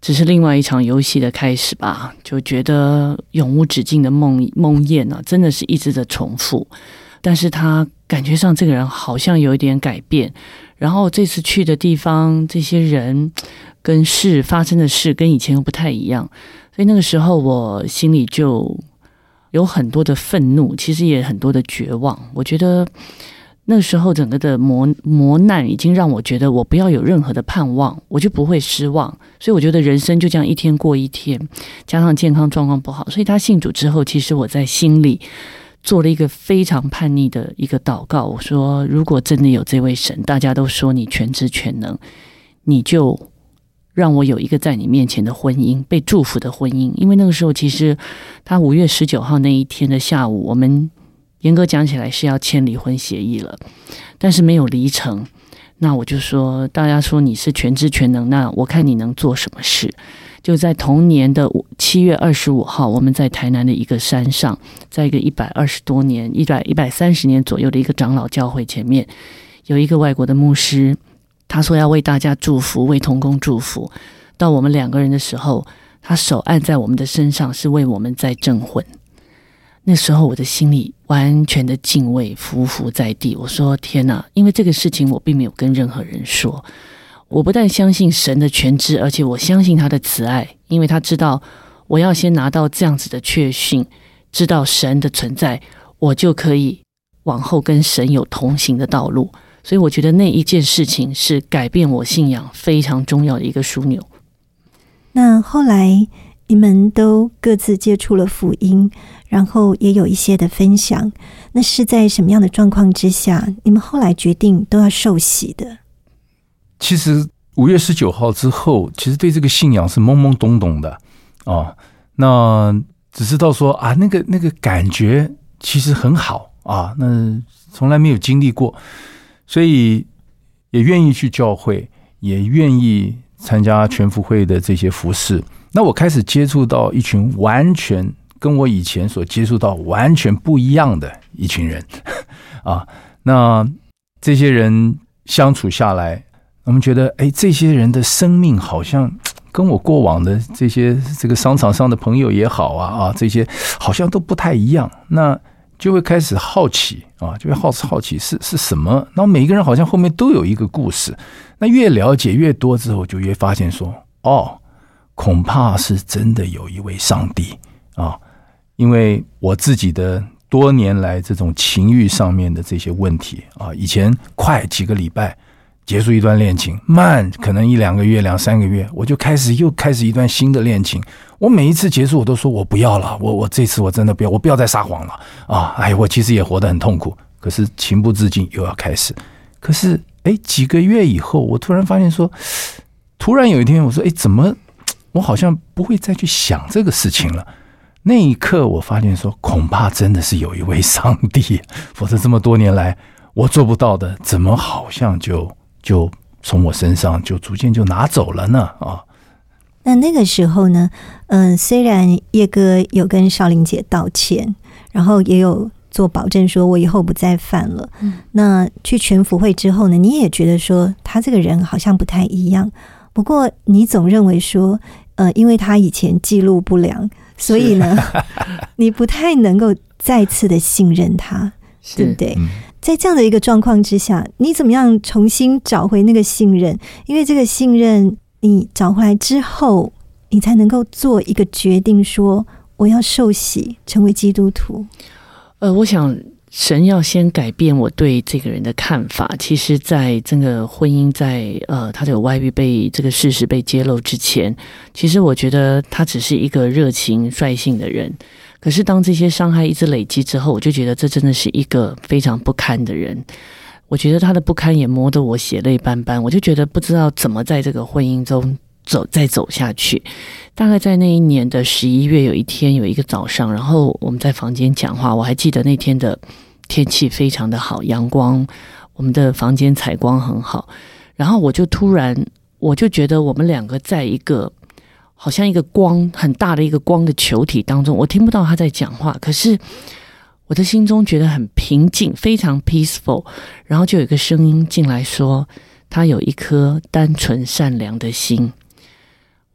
只是另外一场游戏的开始吧，就觉得永无止境的梦梦魇啊，真的是一直的重复。但是他感觉上这个人好像有一点改变，然后这次去的地方，这些人跟事发生的事跟以前又不太一样，所以那个时候我心里就有很多的愤怒，其实也很多的绝望。我觉得那个时候整个的磨磨难已经让我觉得我不要有任何的盼望，我就不会失望。所以我觉得人生就这样一天过一天，加上健康状况不好，所以他信主之后，其实我在心里做了一个非常叛逆的一个祷告。我说，如果真的有这位神，大家都说你全知全能，你就让我有一个在你面前的婚姻，被祝福的婚姻。因为那个时候其实他五月十九号那一天的下午，我们严格讲起来是要签离婚协议了，但是没有离成。那我就说，大家说你是全知全能，那我看你能做什么事。就在同年的七月二十五号，我们在台南的一个山上，在一个一百二十多年、一百一百三十年左右的一个长老教会前面，有一个外国的牧师，他说要为大家祝福，为同工祝福。到我们两个人的时候，他手按在我们的身上，是为我们在证婚。那时候我的心里完全的敬畏，匍匐在地。我说天哪，因为这个事情我并没有跟任何人说。我不但相信神的全知，而且我相信他的慈爱，因为他知道我要先拿到这样子的确信，知道神的存在，我就可以往后跟神有同行的道路。所以我觉得那一件事情是改变我信仰非常重要的一个枢纽。 那后来你们都各自接触了福音，然后也有一些的分享，那是在什么样的状况之下，你们后来决定都要受洗的？ 其实五月十九号之后，其实对这个信仰是懵懵懂懂的啊。那只知道说啊，那个那个感觉其实很好啊，那从来没有经历过，所以也愿意去教会，也愿意参加全福会的这些服事。那我开始接触到一群完全跟我以前所接触到完全不一样的一群人啊。那这些人相处下来，我们觉得，哎，这些人的生命好像跟我过往的这些这个商场上的朋友也好啊啊，这些好像都不太一样。那就会开始好奇啊，就会好好奇是是什么。然后每一个人好像后面都有一个故事。那越了解越多之后，就越发现说，哦，恐怕是真的有一位上帝啊。因为我自己的多年来这种情欲上面的这些问题啊，以前快几个礼拜结束一段恋情，慢可能一两个月两三个月，我就开始又开始一段新的恋情。我每一次结束我都说我不要了，我我这次我真的不要，我不要再撒谎了啊！哎，我其实也活得很痛苦，可是情不自禁又要开始。可是哎，几个月以后，我突然发现说，突然有一天我说，哎，怎么我好像不会再去想这个事情了？那一刻我发现说，恐怕真的是有一位上帝，否则这么多年来我做不到的，怎么好像就就从我身上就逐渐就拿走了呢？啊， 那那个时候呢，嗯、呃，虽然叶哥有跟少玲姐道歉，然后也有做保证说我以后不再犯了。嗯，那去全福会之后呢，你也觉得说他这个人好像不太一样。不过你总认为说，呃，因为他以前记录不良，所以呢，你不太能够再次的信任他，对不对？嗯，在这样的一个状况之下，你怎么样重新找回那个信任？因为这个信任你找回来之后，你才能够做一个决定说我要受洗成为基督徒。 呃，我想神要先改变我对这个人的看法。其实在这个婚姻在呃他的外遇被这个事实被揭露之前，其实我觉得他只是一个热情率性的人。可是当这些伤害一直累积之后，我就觉得这真的是一个非常不堪的人。我觉得他的不堪也磨得我血泪斑斑，我就觉得不知道怎么在这个婚姻中走再走下去。大概在那一年的十一月有一天有一个早上，然后我们在房间讲话，我还记得那天的天气非常的好，阳光，我们的房间采光很好。然后我就突然我就觉得我们两个在一个好像一个光很大的一个光的球体当中，我听不到他在讲话，可是我的心中觉得很平静，非常 peaceful。 然后就有一个声音进来说，他有一颗单纯善良的心。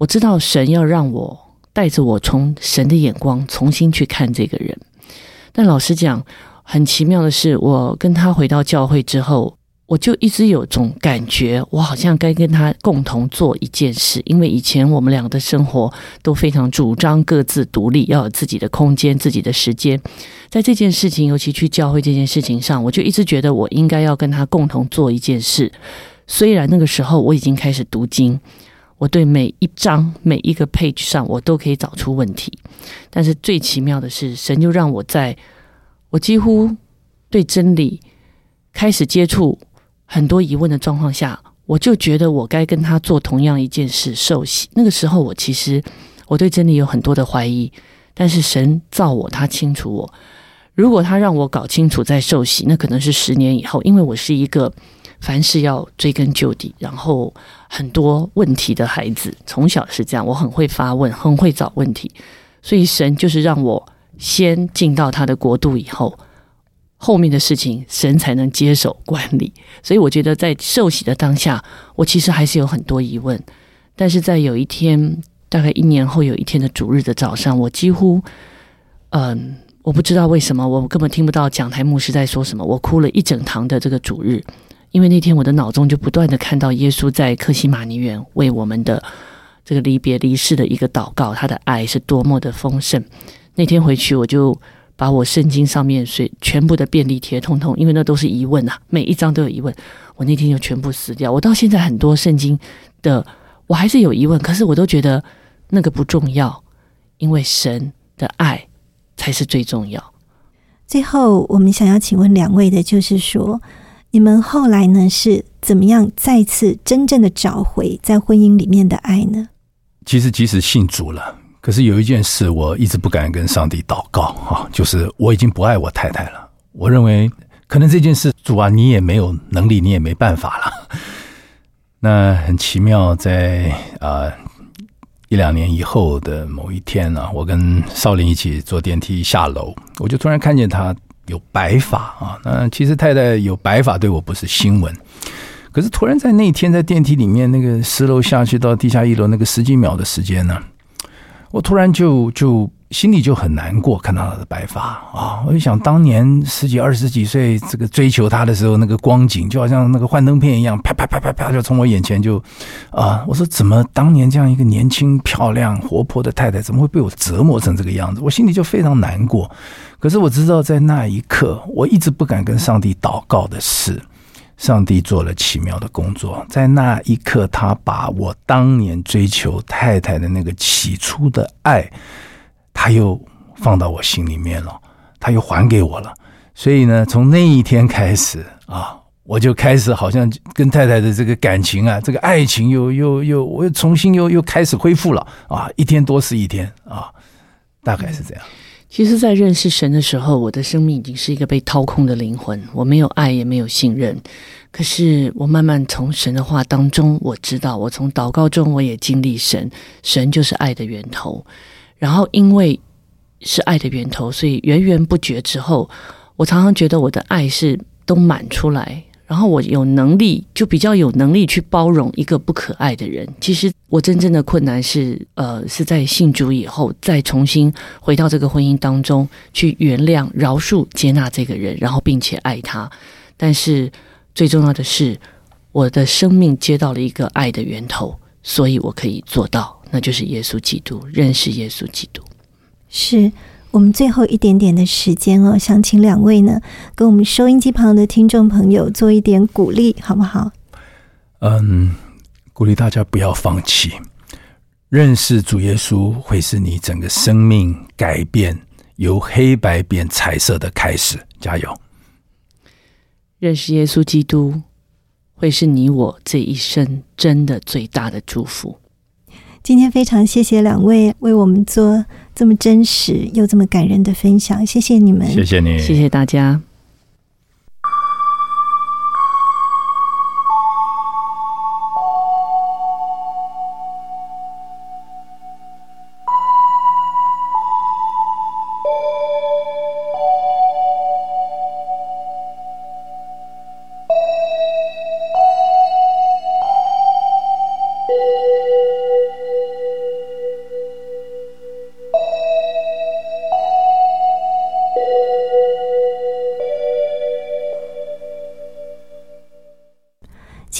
我知道神要让我带着我从神的眼光重新去看这个人。但老实讲，很奇妙的是，我跟他回到教会之后，我就一直有种感觉，我好像该跟他共同做一件事。因为以前我们两个的生活都非常主张各自独立，要有自己的空间、自己的时间。在这件事情，尤其去教会这件事情上，我就一直觉得我应该要跟他共同做一件事。虽然那个时候我已经开始读经，我对每一章每一个 page 上我都可以找出问题，但是最奇妙的是，神就让我在我几乎对真理开始接触很多疑问的状况下，我就觉得我该跟他做同样一件事，受洗。那个时候我其实我对真理有很多的怀疑，但是神造我，他清楚我。如果他让我搞清楚再受洗，那可能是十年以后，因为我是一个凡事要追根究底，然后很多问题的孩子，从小是这样，我很会发问，很会找问题，所以神就是让我先进到他的国度以后，后面的事情神才能接手管理。所以我觉得在受洗的当下，我其实还是有很多疑问，但是在有一天，大概一年后有一天的主日的早上，我几乎嗯，我不知道为什么，我根本听不到讲台牧师在说什么，我哭了一整堂的这个主日。因为那天我的脑中就不断的看到耶稣在客西马尼园为我们的这个离别离世的一个祷告，他的爱是多么的丰盛。那天回去我就把我圣经上面全部的便利贴通通，因为那都是疑问啊，每一章都有疑问，我那天就全部撕掉。我到现在很多圣经的我还是有疑问，可是我都觉得那个不重要，因为神的爱才是最重要。 最后我们想要请问两位的就是说，你们后来呢是怎么样再次真正的找回在婚姻里面的爱呢？ 其实即使信主了，可是有一件事我一直不敢跟上帝祷告啊，就是我已经不爱我太太了。我认为可能这件事主啊你也没有能力，你也没办法了。那很奇妙，在呃一两年以后的某一天啊，我跟少林一起坐电梯下楼，我就突然看见他有白发啊，那其实太太有白发对我不是新闻，可是突然在那一天在电梯里面那个十楼下去到地下一楼那个十几秒的时间呢，我突然就就心里就很难过，看到他的白发啊，我就想当年十几二十几岁这个追求他的时候那个光景，就好像那个幻灯片一样，啪啪啪啪啪就从我眼前就啊，我说怎么当年这样一个年轻漂亮活泼的太太怎么会被我折磨成这个样子，我心里就非常难过。可是我知道在那一刻我一直不敢跟上帝祷告的事，上帝做了奇妙的工作。在那一刻他把我当年追求太太的那个起初的爱他又放到我心里面了，他又还给我了。所以呢从那一天开始啊，我就开始好像跟太太的这个感情啊，这个爱情又又又我又重新又又开始恢复了啊，一天多是一天啊，大概是这样。 其实在认识神的时候，我的生命已经是一个被掏空的灵魂，我没有爱也没有信任。可是我慢慢从神的话当中，我知道我从祷告中我也经历神，神就是爱的源头。然后因为是爱的源头，所以源源不绝之后，我常常觉得我的爱是都满出来，然后我有能力，就比较有能力去包容一个不可爱的人。其实我真正的困难是呃，是在信主以后再重新回到这个婚姻当中去原谅饶恕接纳这个人，然后并且爱他。但是最重要的是我的生命接到了一个爱的源头，所以我可以做到，那就是耶稣基督，认识耶稣基督。 是我们最后一点点的时间哦，想请两位呢跟我们收音机旁的听众朋友做一点鼓励好不好？ 嗯，鼓励大家不要放弃，认识主耶稣会是你整个生命改变由黑白变彩色的开始，加油。 认识耶稣基督会是你我这一生真的最大的祝福。 今天非常谢谢两位为我们做这么真实又这么感人的分享，谢谢你们。 谢谢你， 谢谢大家。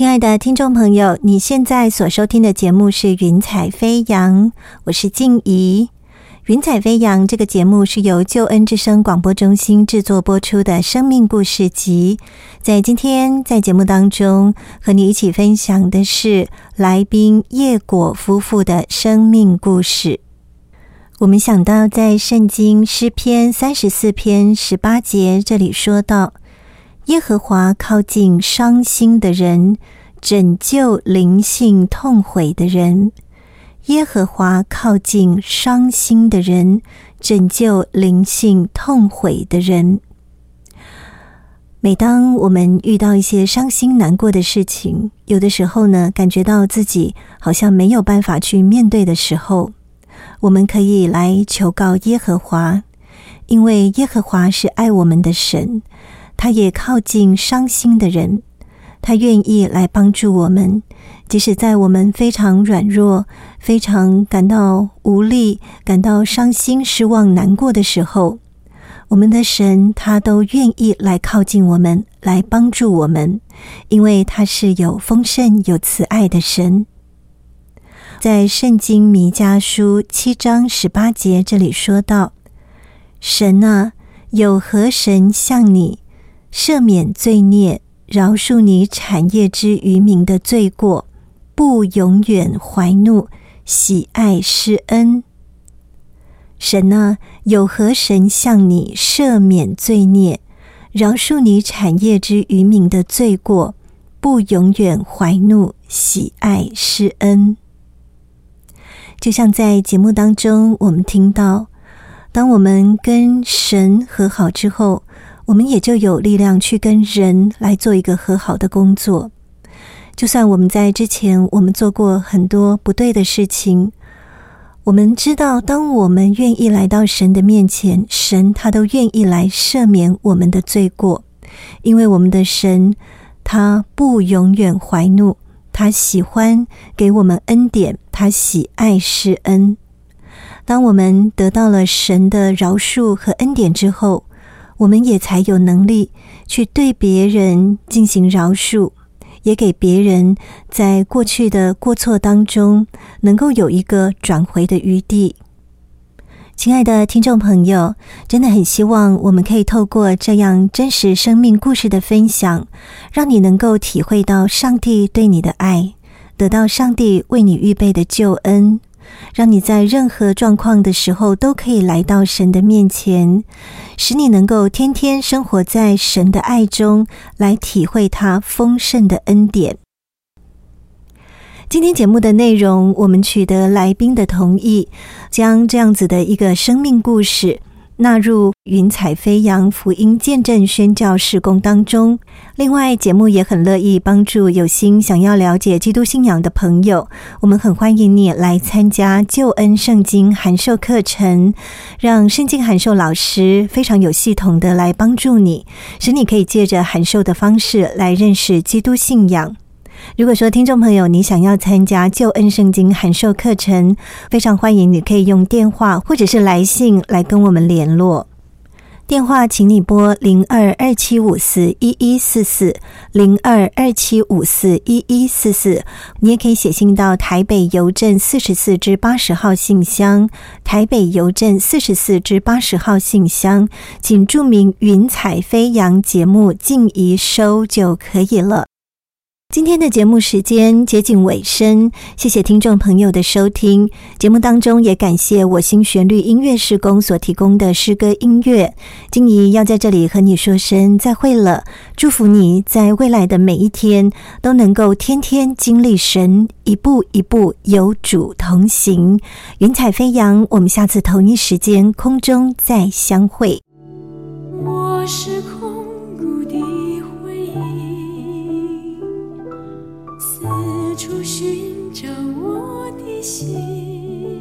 亲爱的听众朋友，你现在所收听的节目是云彩飞扬，我是静怡。云彩飞扬这个节目是由救恩之声广播中心制作播出的生命故事集。在今天在节目当中和你一起分享的是来宾叶果夫妇的生命故事。我们想到在圣经诗篇三十四篇十八节这里说到，耶和华靠近伤心的人，拯救灵性痛悔的人。耶和华靠近伤心的人，拯救灵性痛悔的人。每当我们遇到一些伤心难过的事情，有的时候呢，感觉到自己好像没有办法去面对的时候，我们可以来求告耶和华，因为耶和华是爱我们的神，他也靠近伤心的人，他愿意来帮助我们，即使在我们非常软弱、非常感到无力、感到伤心、失望、难过的时候，我们的神他都愿意来靠近我们，来帮助我们，因为他是有丰盛、有慈爱的神。在圣经弥迦书七章十八节这里说到，神啊，有何神向你赦免罪孽，饶恕你产业之渔民的罪过，不永远怀怒，喜爱施恩。神啊，有何神向你赦免罪孽，饶恕你产业之渔民的罪过，不永远怀怒，喜爱施恩。就像在节目当中我们听到，当我们跟神和好之后，我们也就有力量去跟人来做一个和好的工作。就算我们在之前我们做过很多不对的事情，我们知道当我们愿意来到神的面前，神他都愿意来赦免我们的罪过，因为我们的神他不永远怀怒，他喜欢给我们恩典，他喜爱施恩。当我们得到了神的饶恕和恩典之后，我们也才有能力去对别人进行饶恕，也给别人在过去的过错当中能够有一个转回的余地。亲爱的听众朋友，真的很希望我们可以透过这样真实生命故事的分享，让你能够体会到上帝对你的爱，得到上帝为你预备的救恩，让你在任何状况的时候都可以来到神的面前，使你能够天天生活在神的爱中，来体会他丰盛的恩典。今天节目的内容，我们取得来宾的同意，将这样子的一个生命故事纳入云彩飞扬福音见证宣教事工当中。另外，节目也很乐意帮助有心想要了解基督信仰的朋友，我们很欢迎你来参加救恩圣经函授课程，让圣经函授老师非常有系统的来帮助你，使你可以借着函授的方式来认识基督信仰。如果说听众朋友你想要参加救恩圣经函授课程，非常欢迎你可以用电话或者是来信来跟我们联络。电话请你拨零二二七五四一一四四 零二二七五四一一四四，你也可以写信到台北邮政四十四至八十号信箱，台北邮政四十四至八十号信箱，请注明云彩飞扬节目静怡收就可以了。今天的节目时间接近尾声，谢谢听众朋友的收听。节目当中也感谢我心旋律音乐事工所提供的诗歌音乐。静怡要在这里和你说声再会了，祝福你在未来的每一天都能够天天经历神，一步一步有主同行。云彩飞扬，我们下次同一时间空中再相会。 我是空谷的回忆，四处寻找我的心，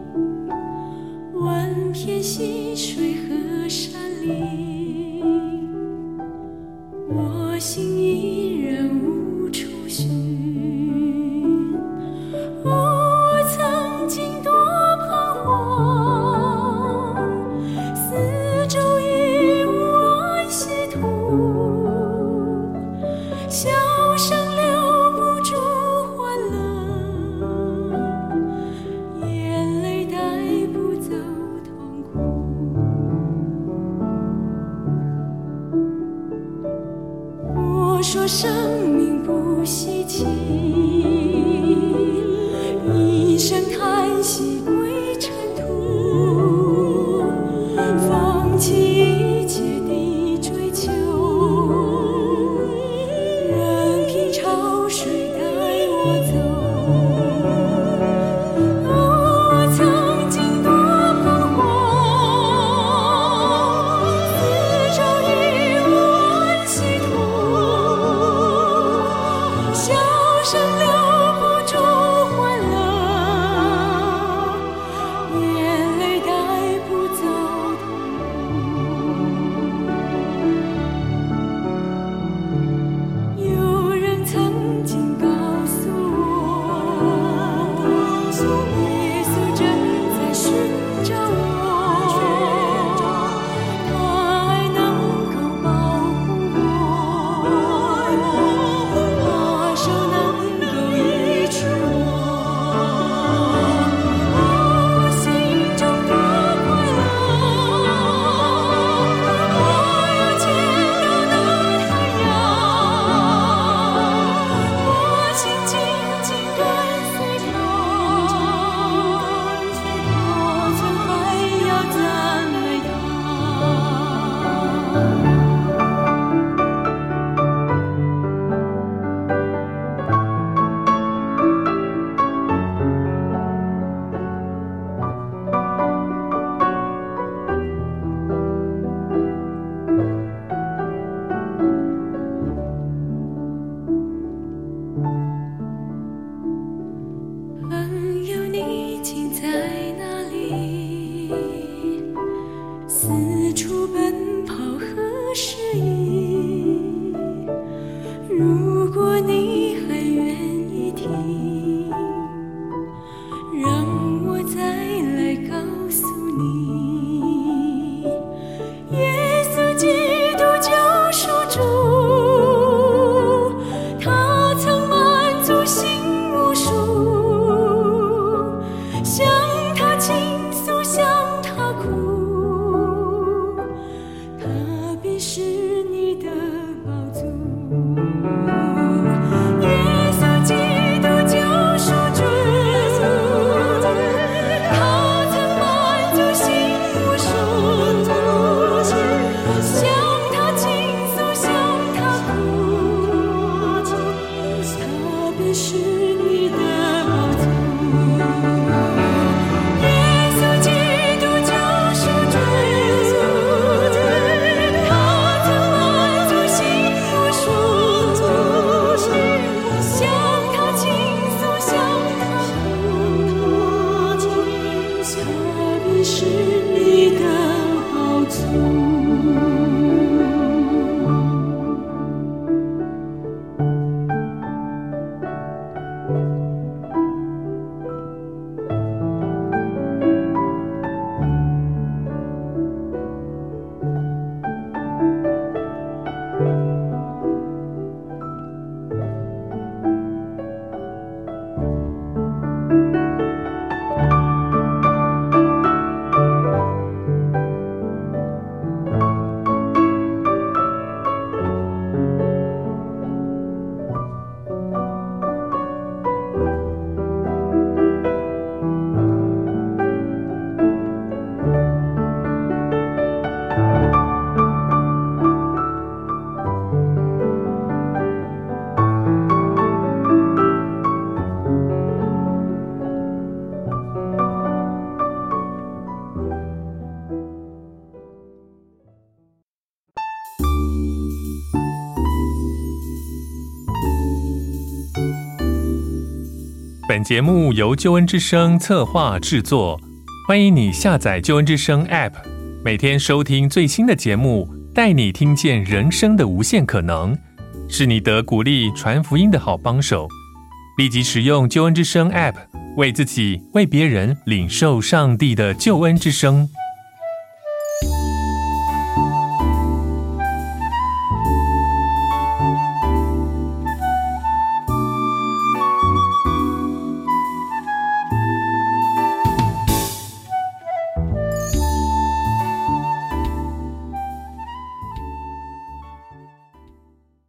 万片溪水和山林，我心依然无处寻。我曾经多彷徨，四周已无安息土，笑声流说生命不稀奇，一声叹息归尘土，放弃一切的追求，任凭潮水带我走。 本节目由救恩之声策划制作，欢迎你下载救恩之声 App， 每天收听最新的节目，带你听见人生的无限可能，是你得鼓励传福音的好帮手。立即使用救恩之声 App， 为自己、为别人领受上帝的救恩之声。